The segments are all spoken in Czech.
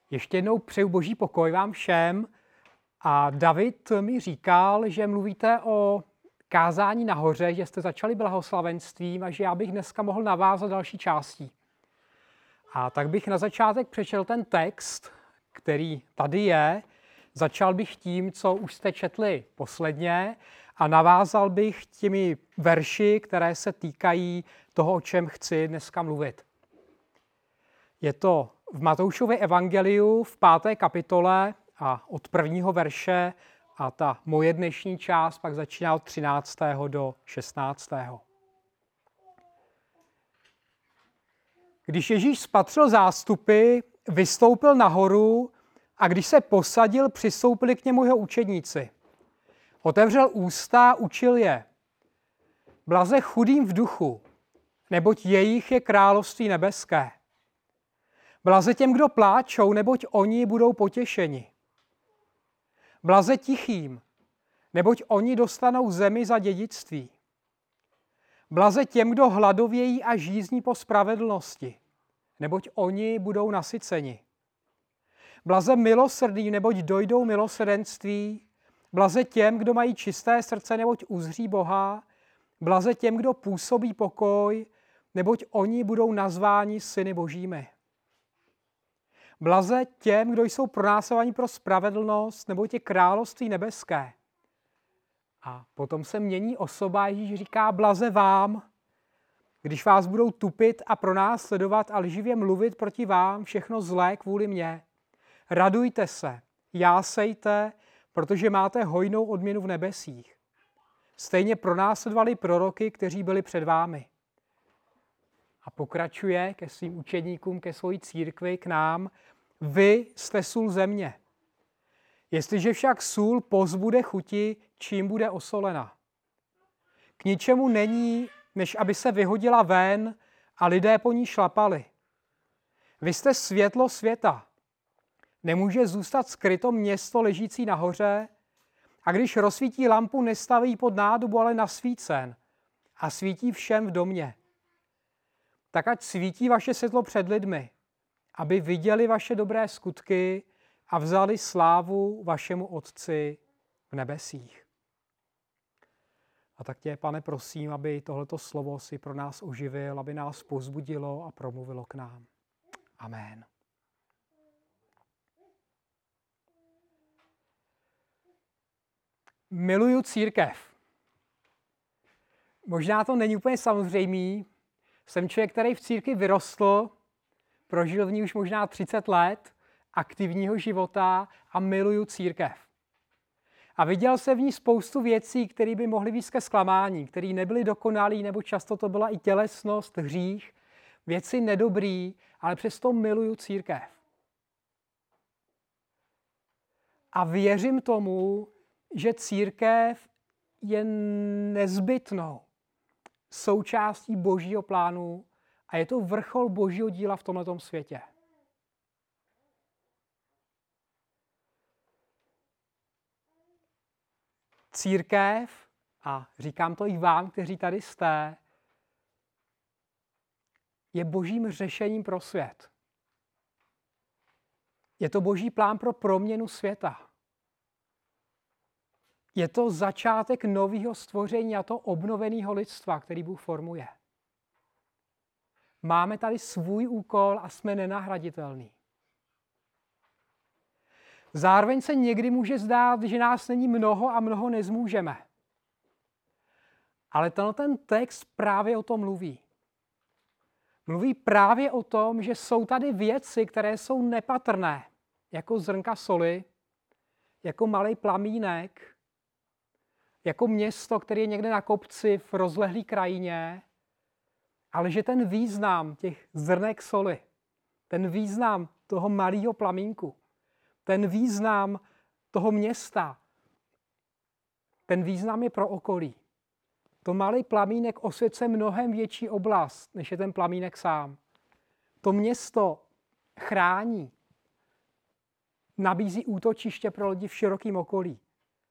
Ještě jednou přeju boží pokoj vám všem. A David mi říkal, že mluvíte o kázání nahoře, že jste začali blahoslavenstvím a že já bych dneska mohl navázat další částí. A tak bych na začátek přečetl ten text, který tady je. Začal bych tím, co už jste četli posledně a navázal bych těmi verši, které se týkají toho, o čem chci dneska mluvit. Je to v Matoušově evangeliu v 5. kapitole a od 1. verše a ta moje dnešní část pak začíná od 13. do 16. Když Ježíš spatřil zástupy, vystoupil nahoru a když se posadil, přistoupili k němu jeho učedníci. Otevřel ústa, učil je. Blaze chudým v duchu, neboť jejich je království nebeské. Blaze těm, kdo pláčou, neboť oni budou potěšeni. Blaze tichým, neboť oni dostanou zemi za dědictví. Blaze těm, kdo hladovějí a žízní po spravedlnosti, neboť oni budou nasyceni. Blaze milosrdným, neboť dojdou milosrdenství. Blaze těm, kdo mají čisté srdce, neboť uzří Boha. Blaze těm, kdo působí pokoj, neboť oni budou nazváni syny božími. Blaze těm, kdo jsou pronásledováni pro spravedlnost, neboť je království nebeské. A potom se mění osoba, Ježíš říká, blaze vám, když vás budou tupit a pronásledovat a lživě mluvit proti vám všechno zlé kvůli mně. Radujte se, jásejte, protože máte hojnou odměnu v nebesích. Stejně pronásledovali proroky, kteří byli před vámi. A pokračuje ke svým učedníkům, ke své církvi, k nám. Vy jste sůl země. Jestliže však sůl pozbude chuti, čím bude osolena? K ničemu není, než aby se vyhodila ven a lidé po ní šlapali. Vy jste světlo světa. Nemůže zůstat skryto město ležící nahoře, a když rozsvítí lampu, nestaví pod nádobu, ale nasvícen a svítí všem v domě. Tak ať svítí vaše světlo před lidmi, aby viděli vaše dobré skutky a vzali slávu vašemu Otci v nebesích. A tak tě, Pane, prosím, aby tohleto slovo si pro nás oživil, aby nás povzbudilo a promluvilo k nám. Amen. Miluju církev. Možná to není úplně samozřejmý. Jsem člověk, který v církvi vyrostl, prožil v ní už možná 30 let aktivního života a miluju církev. A viděl jsem v ní spoustu věcí, které by mohly být ke zklamání, které nebyly dokonalé, nebo často to byla i tělesnost, hřích, věci nedobrý, ale přesto miluju církev. A věřím tomu, že církev je nezbytnou součástí božího plánu a je to vrchol božího díla v tomhletom světě. Církev, a říkám to i vám, kteří tady jste, je božím řešením pro svět. Je to boží plán pro proměnu světa. Je to začátek nového stvoření a to obnoveného lidstva, který Bůh formuje. Máme tady svůj úkol a jsme nenahraditelní. Zároveň se někdy může zdát, že nás není mnoho a mnoho nezmůžeme. Ale ten text právě o tom mluví. Mluví právě o tom, že jsou tady věci, které jsou nepatrné, jako zrnka soli, jako malý plamínek, jako město, které je někde na kopci v rozlehlé krajině, ale že ten význam těch zrnek soli, ten význam toho malého plamínku, ten význam toho města, ten význam je pro okolí. To malý plamínek osvěcuje mnohem větší oblast, než je ten plamínek sám. To město chrání, nabízí útočiště pro lidi v širokém okolí.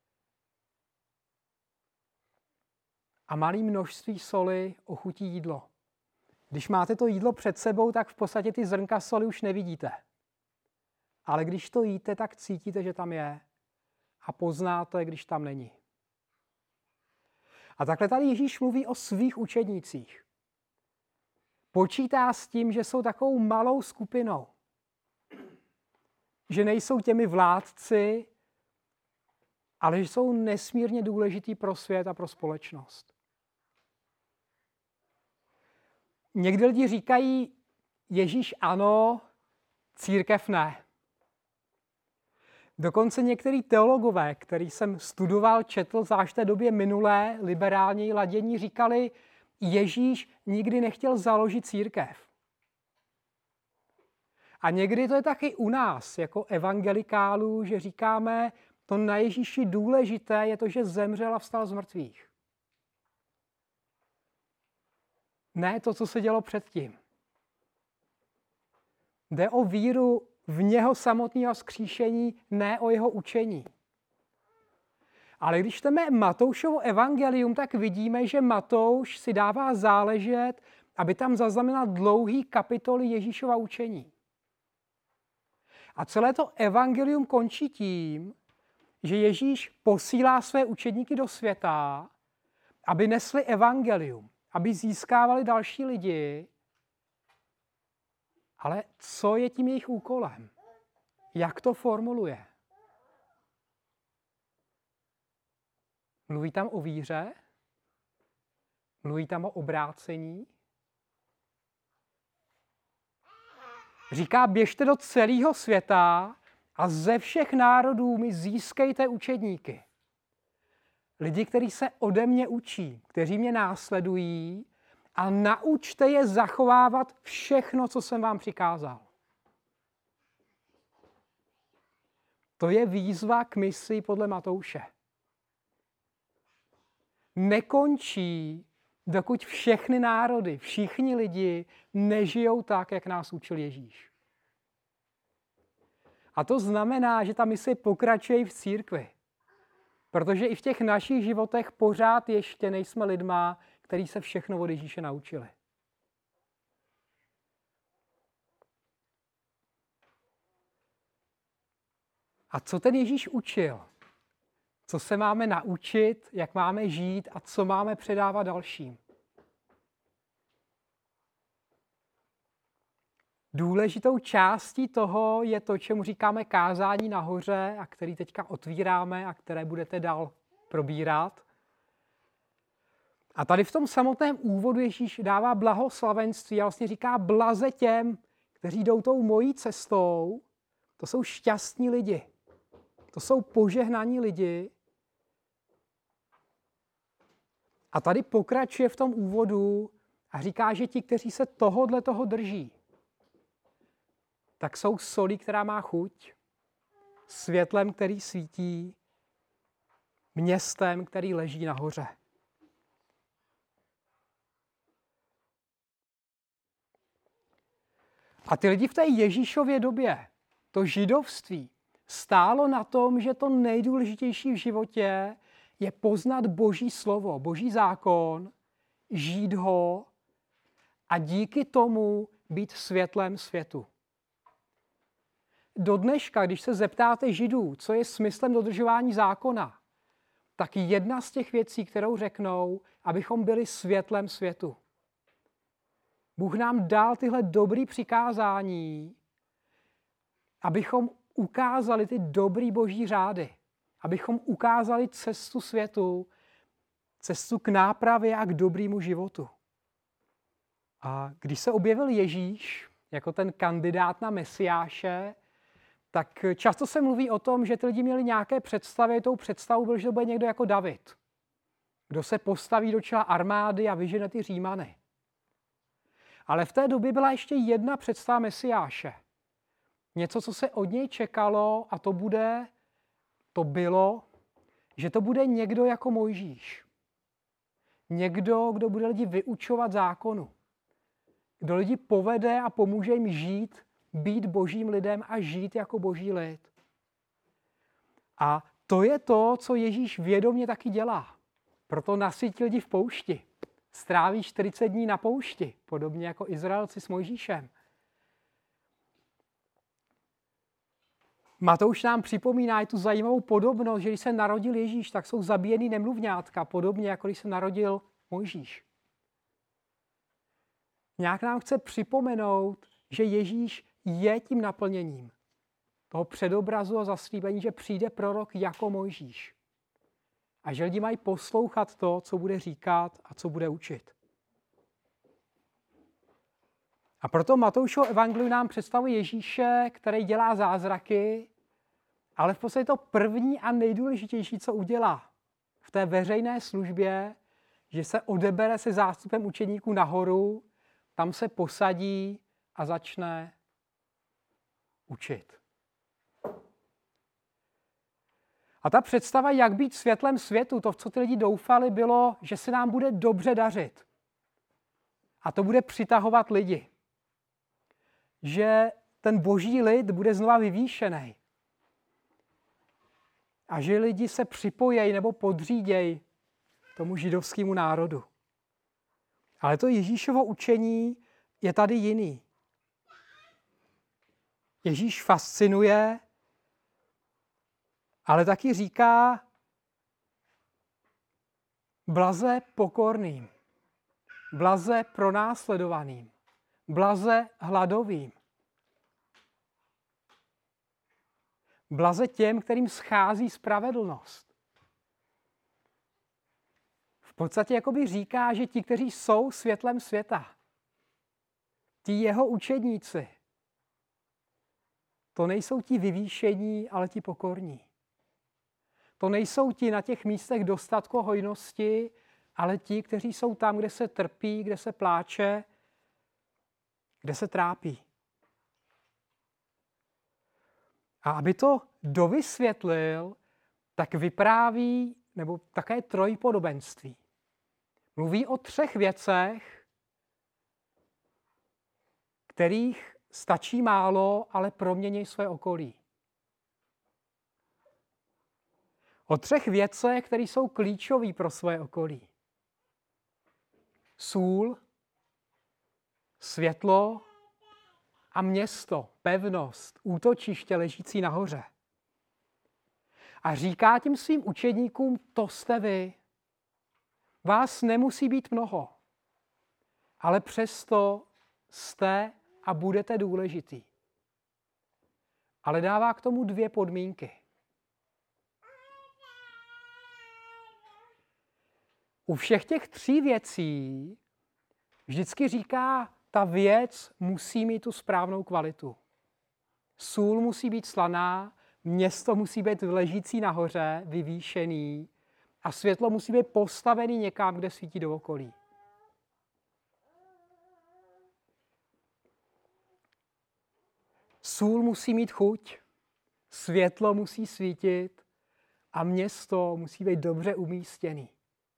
A malé množství soli ochutí jídlo. Když máte to jídlo před sebou, tak v podstatě ty zrnka soli už nevidíte. ale když to jíte, tak cítíte, že tam je a poznáte, když tam není. A takhle tady Ježíš mluví o svých učednících. Počítá s tím, že jsou takovou malou skupinou. Že nejsou těmi vládci, ale že jsou nesmírně důležitý pro svět a pro společnost. Někdy lidi říkají, Ježíš ano, církev ne. Dokonce některý teologové, který jsem studoval, četl, zvlášť v té době minulé, liberálněji ladění, říkali, Ježíš nikdy nechtěl založit církev. A někdy to je taky u nás, jako evangelikálů, že říkáme, to na Ježíši důležité je to, že zemřel a vstal z mrtvých. Ne to, co se dělo předtím. Jde o víru v něho samotného vzkříšení, ne o jeho učení. Ale když čteme Matoušovo evangelium, tak vidíme, že Matouš si dává záležet, aby tam zaznamenal dlouhý kapitoly Ježíšova učení. A celé to evangelium končí tím, že Ježíš posílá své učedníky do světa, aby nesli evangelium, aby získávali další lidi. Ale co je tím jejich úkolem? Jak to formuluje? Mluví tam o víře? Mluví tam o obrácení? Říká, běžte do celého světa a ze všech národů mi získejte učedníky. Lidi, kteří se ode mě učí, kteří mě následují a naučte je zachovávat všechno, co jsem vám přikázal. To je výzva k misi podle Matouše. Nekončí, dokud všechny národy, všichni lidi nežijou tak, jak nás učil Ježíš. A to znamená, že ta mise pokračuje i v církvi. Protože i v těch našich životech pořád ještě nejsme lidma, kteří se všechno od Ježíše naučili. A co ten Ježíš učil? Co se máme naučit, jak máme žít a co máme předávat dalším? Důležitou částí toho je to, čemu říkáme kázání nahoře a který teďka otvíráme a které budete dál probírat. A tady v tom samotném úvodu Ježíš dává blahoslavenství a vlastně říká blaze těm, kteří jdou tou mojí cestou. To jsou šťastní lidi. To jsou požehnaní lidi. A tady pokračuje v tom úvodu a říká, že ti, kteří se toho drží, tak jsou solí, která má chuť, světlem, který svítí, městem, který leží nahoře. A ty lidi v té Ježíšově době, to židovství, stálo na tom, že to nejdůležitější v životě je poznat Boží slovo, Boží zákon, žít ho a díky tomu být světlem světu. Do dneška, když se zeptáte Židů, co je smyslem dodržování zákona, tak jedna z těch věcí, kterou řeknou, abychom byli světlem světu. Bůh nám dal tyhle dobrý přikázání, abychom ukázali ty dobrý Boží řády, abychom ukázali cestu světu, cestu k nápravě a k dobrému životu. A když se objevil Ježíš jako ten kandidát na Mesiáše, tak často se mluví o tom, že ty lidi měli nějaké představy. Tou představou byl, že to bude někdo jako David, kdo se postaví do čela armády a vyžene ty Římany. Ale v té době byla ještě jedna představa Mesiáše. Něco, co se od něj čekalo, a to bylo, že to bude někdo jako Mojžíš. Někdo, kdo bude lidi vyučovat zákonu. Kdo lidi povede a pomůže jim žít, být božím lidem a žít jako boží lid. A to je to, co Ježíš vědomě taky dělá. Proto nasytí lidi v poušti. Stráví 40 dní na poušti, podobně jako Izraelci s Mojžíšem. Matouš nám připomíná i tu zajímavou podobnost, že když se narodil Ježíš, tak jsou zabíjený nemluvňátka, podobně jako když se narodil Mojžíš. Nějak nám chce připomenout, že Ježíš je tím naplněním toho předobrazu a zaslíbení, že přijde prorok jako Mojžíš. A že lidi mají poslouchat to, co bude říkat a co bude učit. A proto Matoušovo evangelium nám představuje Ježíše, který dělá zázraky, ale v podstatě to první a nejdůležitější, co udělá v té veřejné službě, že se odebere se zástupem učeníků nahoru, tam se posadí a začne učit. A ta představa, jak být světlem světu, to, v co ty lidi doufali, bylo, že se nám bude dobře dařit. A to bude přitahovat lidi. Že ten boží lid bude znova vyvýšený. A že lidi se připojejí nebo podřídějí tomu židovskému národu. Ale to Ježíšovo učení je tady jiný. Ježíš fascinuje, ale taky říká blaze pokorným, blaze pronásledovaným, blaze hladovým, blaze těm, kterým schází spravedlnost. V podstatě jakoby říká, že ti, kteří jsou světlem světa, ti jeho učedníci, to nejsou ti vyvýšení, ale ti pokorní. To nejsou ti na těch místech dostatku hojnosti, ale ti, kteří jsou tam, kde se trpí, kde se pláče, kde se trápí. A aby to dovysvětlil, tak vypráví, nebo také trojpodobenství. Mluví o 3 věcech, kterých stačí málo, ale promění své okolí. O 3 věcech, které jsou klíčové pro své okolí. Sůl, světlo a město, pevnost, útočiště ležící nahoře. A říká tím svým učedníkům, to jste vy. Vás nemusí být mnoho, ale přesto jste a budete důležitý. Ale dává k tomu 2 podmínky. U všech těch 3 věcí vždycky říká, ta věc musí mít tu správnou kvalitu. Sůl musí být slaná, město musí být ležící nahoře, vyvýšený a světlo musí být postavený někam, kde svítí do okolí. Sůl musí mít chuť, světlo musí svítit a město musí být dobře umístěný.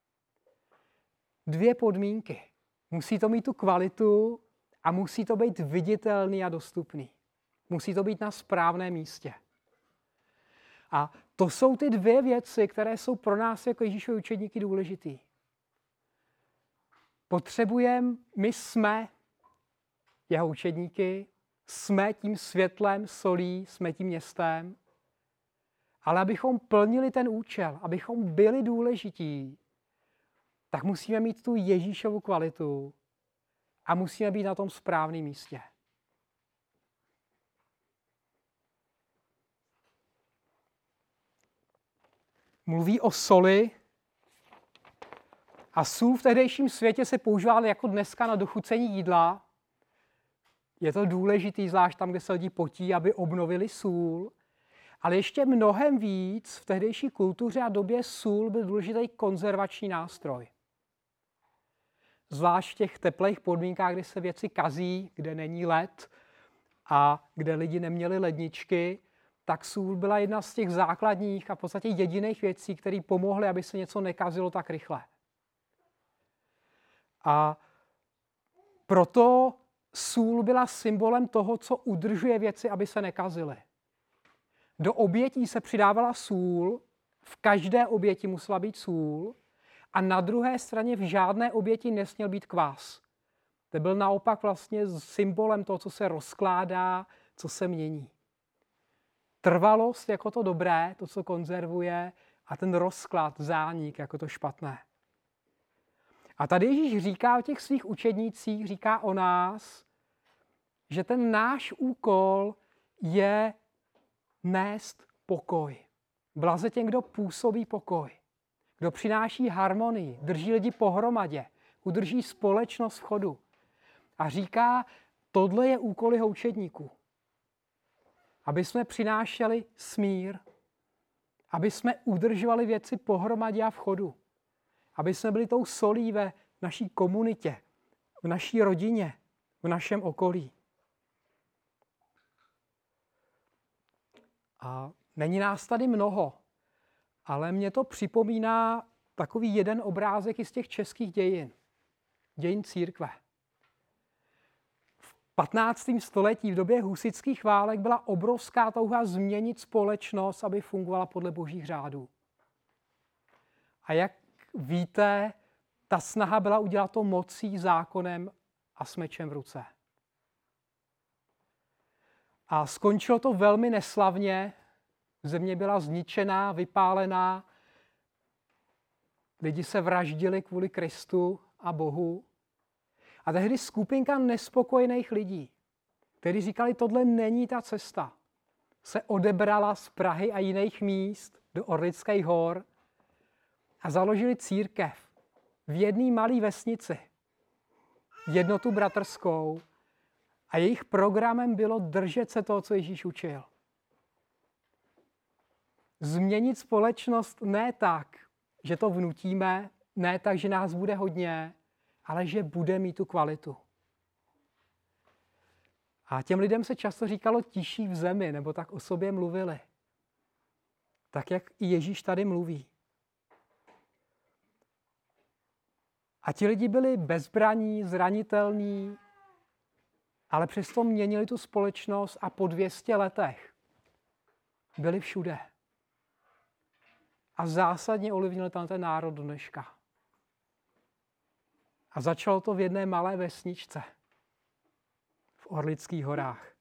2 podmínky. Musí to mít tu kvalitu a musí to být viditelný a dostupný. Musí to být na správném místě. A to jsou ty 2 věci, které jsou pro nás jako Ježíšovi učedníky důležitý. My jsme jeho učedníky, jsme tím světlem, solí, jsme tím městem, ale abychom plnili ten účel, abychom byli důležití, tak musíme mít tu Ježíšovu kvalitu a musíme být na tom správném místě. Mluví o soli a sůl v tehdejším světě se používala jako dneska na dochucení jídla. Je to důležitý, zvlášť tam, kde se lidi potí, aby obnovili sůl. Ale ještě mnohem víc v tehdejší kultuře a době sůl byl důležitý konzervační nástroj. Zvlášť v těch teplých podmínkách, kde se věci kazí, kde není led a kde lidi neměli ledničky, tak sůl byla jedna z těch základních a v podstatě jediných věcí, které pomohly, aby se něco nekazilo tak rychle. A proto sůl byla symbolem toho, co udržuje věci, aby se nekazily. Do obětí se přidávala sůl, v každé oběti musela být sůl a na druhé straně v žádné oběti nesměl být kvás. To byl naopak vlastně symbolem toho, co se rozkládá, co se mění. trvalost jako to dobré, to, co konzervuje, a ten rozklad, zánik jako to špatné. A tady Ježíš říká o těch svých učednících, říká o nás, že ten náš úkol je nést pokoj. Blaze těm, kdo působí pokoj, kdo přináší harmonii, drží lidi pohromadě, udrží společnost v chodu. A říká, tohle je úkol jeho učedníků. Aby jsme přinášeli smír, aby jsme udržovali věci pohromadě a v chodu. Aby jsme byli tou solí ve naší komunitě, v naší rodině, v našem okolí. A není nás tady mnoho, ale mě to připomíná takový jeden obrázek i z těch českých dějin. Dějin církve. V 15. století v době husitských válek byla obrovská touha změnit společnost, aby fungovala podle božích řádů. A jak víte, ta snaha byla udělat to mocí, zákonem a s mečem v ruce. A skončilo to velmi neslavně. Země byla zničená, vypálená. Lidi se vraždili kvůli Kristu a Bohu. A tehdy skupinka nespokojených lidí, kteří říkali, tohle není ta cesta, se odebrala z Prahy a jiných míst do Orlických hor a založili církev v jedné malé vesnici, Jednotu bratrskou, a jejich programem bylo držet se toho, co Ježíš učil. Změnit společnost ne tak, že to vnutíme, ne tak, že nás bude hodně, ale že bude mít tu kvalitu. A těm lidem se často říkalo tiší v zemi, nebo tak o sobě mluvili. Tak, jak i Ježíš tady mluví. A ti lidi byli bezbraní, zranitelní, ale přesto měnili tu společnost a po 200 letech byli všude. A zásadně ovlivnili tam ten národ do dneška. A začalo to v jedné malé vesničce v Orlických horách.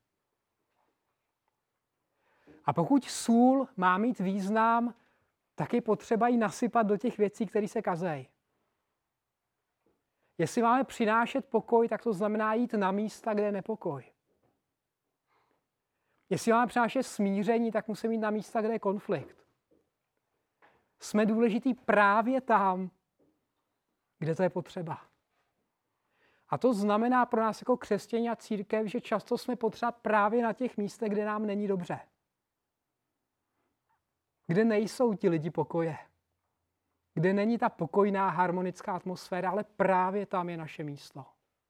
A pokud sůl má mít význam, tak je potřeba ji nasypat do těch věcí, které se kazejí. Jestli máme přinášet pokoj, tak to znamená jít na místa, kde je nepokoj. Jestli máme přinášet smíření, tak musíme jít na místa, kde je konflikt. Jsme důležitý právě tam, kde to je potřeba. A to znamená pro nás jako křesťané a církev, že často jsme potřeba právě na těch místech, kde nám není dobře. Kde nejsou ti lidi pokoje. Kde není ta pokojná, harmonická atmosféra, ale právě tam je naše místo.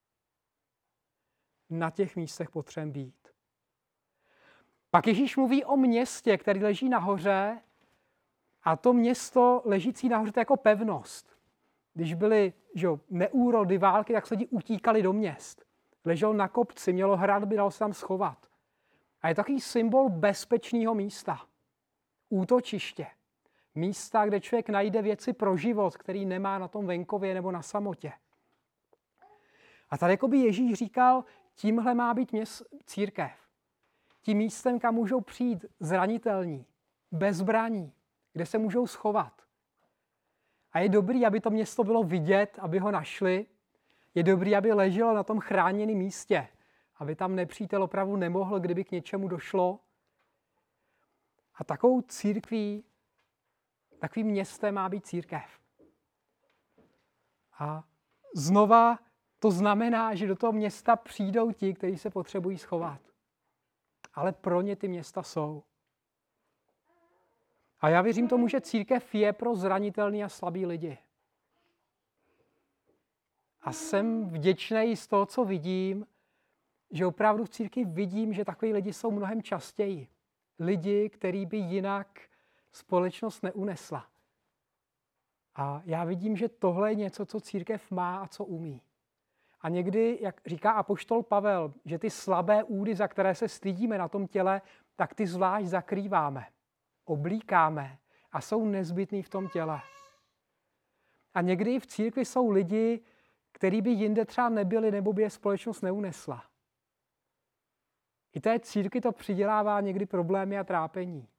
Na těch místech potřebujeme být. Pak Ježíš mluví o městě, který leží nahoře, a to město ležící nahoře to je jako pevnost. Když byly neúrody, války, tak se lidi utíkali do měst. Ležel na kopci, mělo hradby, dalo se tam schovat. A je takový symbol bezpečného místa. Útočiště. Místa, kde člověk najde věci pro život, který nemá na tom venkově nebo na samotě. A tady jakoby Ježíš říkal, tímhle má být církev. Tím místem, kam můžou přijít zranitelní, bezbraní, kde se můžou schovat. A je dobrý, aby to město bylo vidět, aby ho našli. Je dobrý, aby leželo na tom chráněném místě, aby tam nepřítel opravdu nemohl, kdyby k něčemu došlo. A takovou církví, takovým městem má být církev. A znova to znamená, že do toho města přijdou ti, kteří se potřebují schovat. Ale pro ně ty města jsou. A já věřím tomu, že církev je pro zranitelný a slabý lidi. A jsem vděčný z toho, co vidím, že opravdu v církvi vidím, že takový lidi jsou mnohem častěji. Lidi, který by jinak společnost neunesla. A já vidím, že tohle je něco, co církev má a co umí. A někdy, jak říká apoštol Pavel, že ty slabé údy, za které se stydíme na tom těle, tak ty zvlášť zakrýváme, oblíkáme a jsou nezbytný v tom těle. A někdy v církvi jsou lidi, kteří by jinde třeba nebyli, nebo by je společnost neunesla. I té církvi to přidělává někdy problémy a trápení.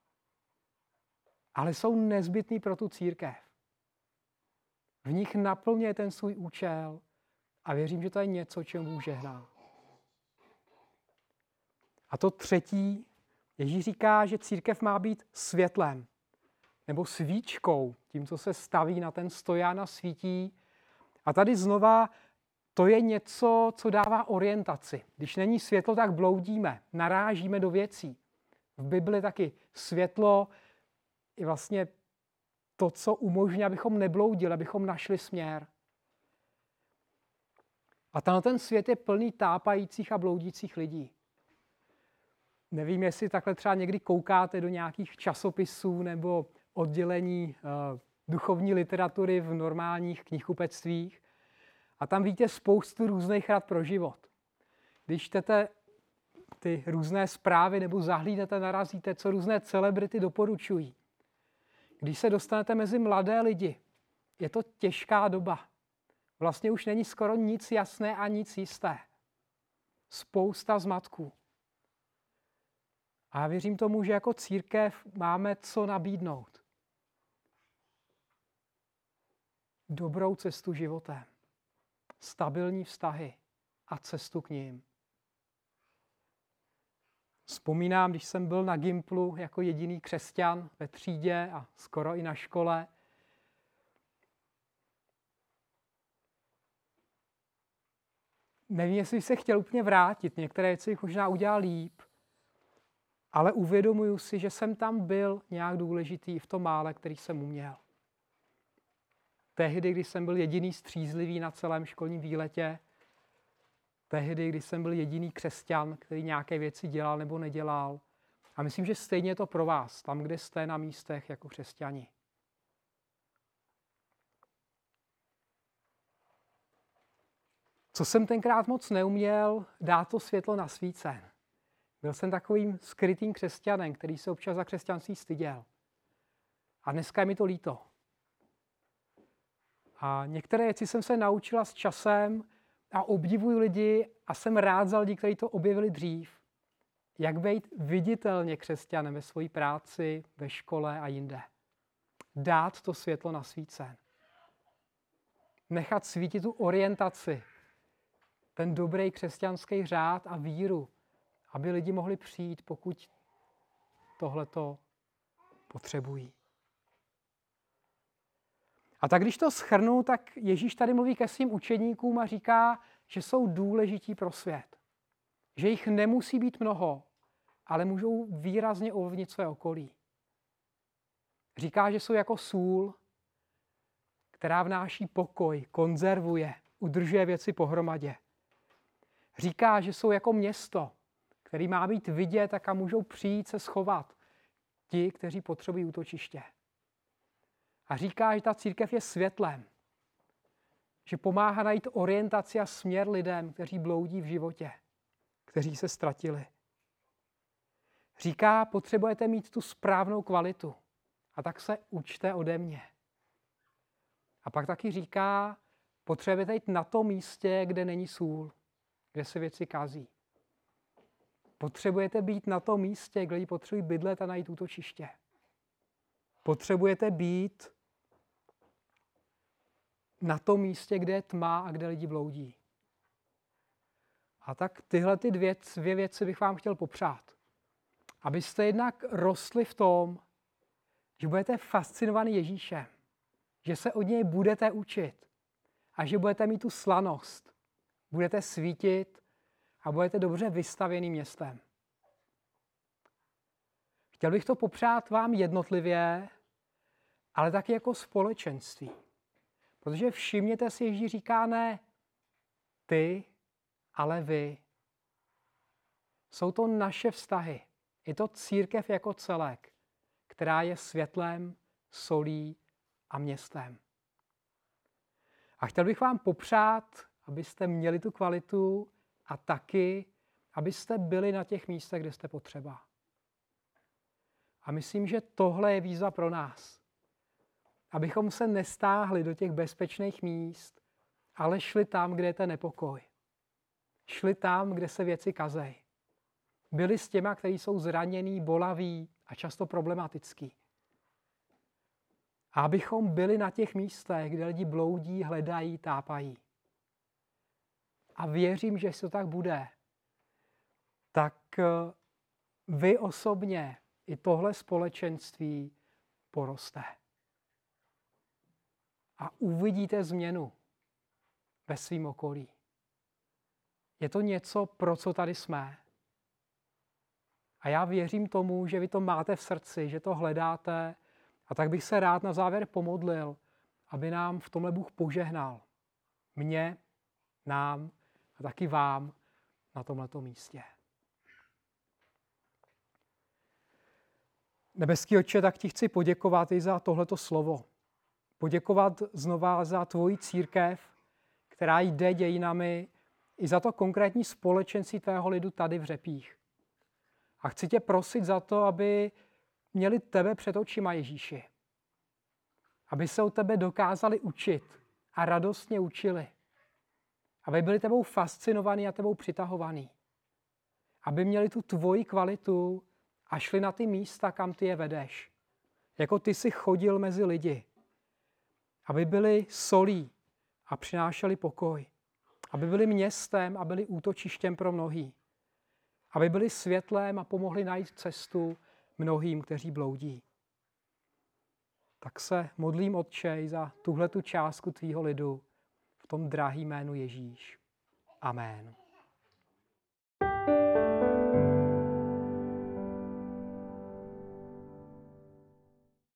Ale jsou nezbytný pro tu církev. V nich naplňuje ten svůj účel a věřím, že to je něco, čemu Bůh žehná. A to třetí, Ježíš říká, že církev má být světlem nebo svíčkou, tím, co se staví na ten stojan a svítí. A tady znova to je něco, co dává orientaci. Když není světlo, tak bloudíme, narážíme do věcí. V Bibli taky světlo je vlastně to, co umožní, abychom nebloudili, abychom našli směr. A ten svět je plný tápajících a bloudících lidí. Nevím, jestli takhle třeba někdy koukáte do nějakých časopisů nebo oddělení duchovní literatury v normálních knihkupectvích a tam vidíte spoustu různých rad pro život. Když čtete ty různé zprávy nebo zahlídnete, narazíte, co různé celebrity doporučují. Když se dostanete mezi mladé lidi, je to těžká doba. Vlastně už není skoro nic jasné a nic jisté. Spousta zmatků. A já věřím tomu, že jako církev máme co nabídnout. Dobrou cestu životem. Stabilní vztahy a cestu k nim. Vzpomínám, když jsem byl na Gimplu jako jediný křesťan ve třídě a skoro i na škole. Nevím, jestli se chtěl úplně vrátit. Některé věci bych možná udělal líp. Ale uvědomuju si, že jsem tam byl nějak důležitý v tom mále, který jsem uměl. Tehdy, když jsem byl jediný střízlivý na celém školním výletě, tehdy, když jsem byl jediný křesťan, který nějaké věci dělal nebo nedělal. A myslím, že stejně je to pro vás, tam, kde jste na místech jako křesťani. Co jsem tenkrát moc neuměl, dát to světlo na svícen. Byl jsem takovým skrytým křesťanem, který se občas za křesťanství styděl. A dneska je mi to líto. A některé věci jsem se naučila s časem a obdivuji lidi a jsem rád za lidi, kteří to objevili dřív. Jak být viditelně křesťanem ve své práci, ve škole a jinde. Dát to světlo na svícen. Nechat svítit tu orientaci, ten dobrý křesťanský řád a víru, aby lidi mohli přijít, pokud tohleto potřebují. A tak když to shrnu, tak Ježíš tady mluví ke svým učedníkům a říká, že jsou důležití pro svět. Že jich nemusí být mnoho, ale můžou výrazně ovlivnit své okolí. Říká, že jsou jako sůl, která vnáší pokoj, konzervuje, udržuje věci pohromadě. Říká, že jsou jako město, který má být vidět a kam můžou přijít se schovat ti, kteří potřebují útočiště. A říká, že ta církev je světlem, že pomáhá najít orientaci a směr lidem, kteří bloudí v životě, kteří se ztratili. Říká, potřebujete mít tu správnou kvalitu a tak se učte ode mě. A pak taky říká, potřebujete jít na tom místě, kde není sůl, kde se věci kazí. Potřebujete být na tom místě, kde lidi potřebují bydlet a najít útočiště. Potřebujete být na tom místě, kde je tma a kde lidi bloudí. A tak tyhle dvě věci bych vám chtěl popřát. Abyste jednak rostli v tom, že budete fascinovaní Ježíšem, že se od něj budete učit a že budete mít tu slanost, budete svítit a budete dobře vystavěným městem. Chtěl bych to popřát vám jednotlivě, ale taky jako společenství. Protože všimněte si, Ježíš říká ne ty, ale vy. Jsou to naše vztahy. Je to církev jako celek, která je světlem, solí a městem. A chtěl bych vám popřát, abyste měli tu kvalitu a taky, abyste byli na těch místech, kde jste potřeba. A myslím, že tohle je výzva pro nás. Abychom se nestáhli do těch bezpečných míst, ale šli tam, kde je ten nepokoj. Šli tam, kde se věci kazejí. byli s těma, kteří jsou zranění, bolaví a často problematický. A abychom byli na těch místech, kde lidi bloudí, hledají, tápají. A věřím, že jestli to tak bude, tak vy osobně i tohle společenství poroste. A uvidíte změnu ve svém okolí. Je to něco, pro co tady jsme. A já věřím tomu, že vy to máte v srdci, že to hledáte. A tak bych se rád na závěr pomodlil, aby nám v tomhle Bůh požehnal. Mně, nám a taky vám na tomhletom místě. Nebeský Otče, tak ti chci poděkovat i za tohleto slovo. Poděkovat znova za tvoji církev, která jde dějinami, i za to konkrétní společenství tvého lidu tady v Řepích. A chci tě prosit za to, aby měli tebe před očima, Ježíši. Aby se od tebe dokázali učit a radostně učili. Aby byli tebou fascinovaní a tebou přitahovaní. Aby měli tu tvoji kvalitu a šli na ty místa, kam ty je vedeš. Jako ty jsi chodil mezi lidi. Aby byli solí a přinášeli pokoj. Aby byli městem a byli útočištěm pro mnohý. Aby byli světlem a pomohli najít cestu mnohým, kteří bloudí. Tak se modlím, Otče, za tuhletu částku tvýho lidu v tom drahý jménu Ježíš. Amen.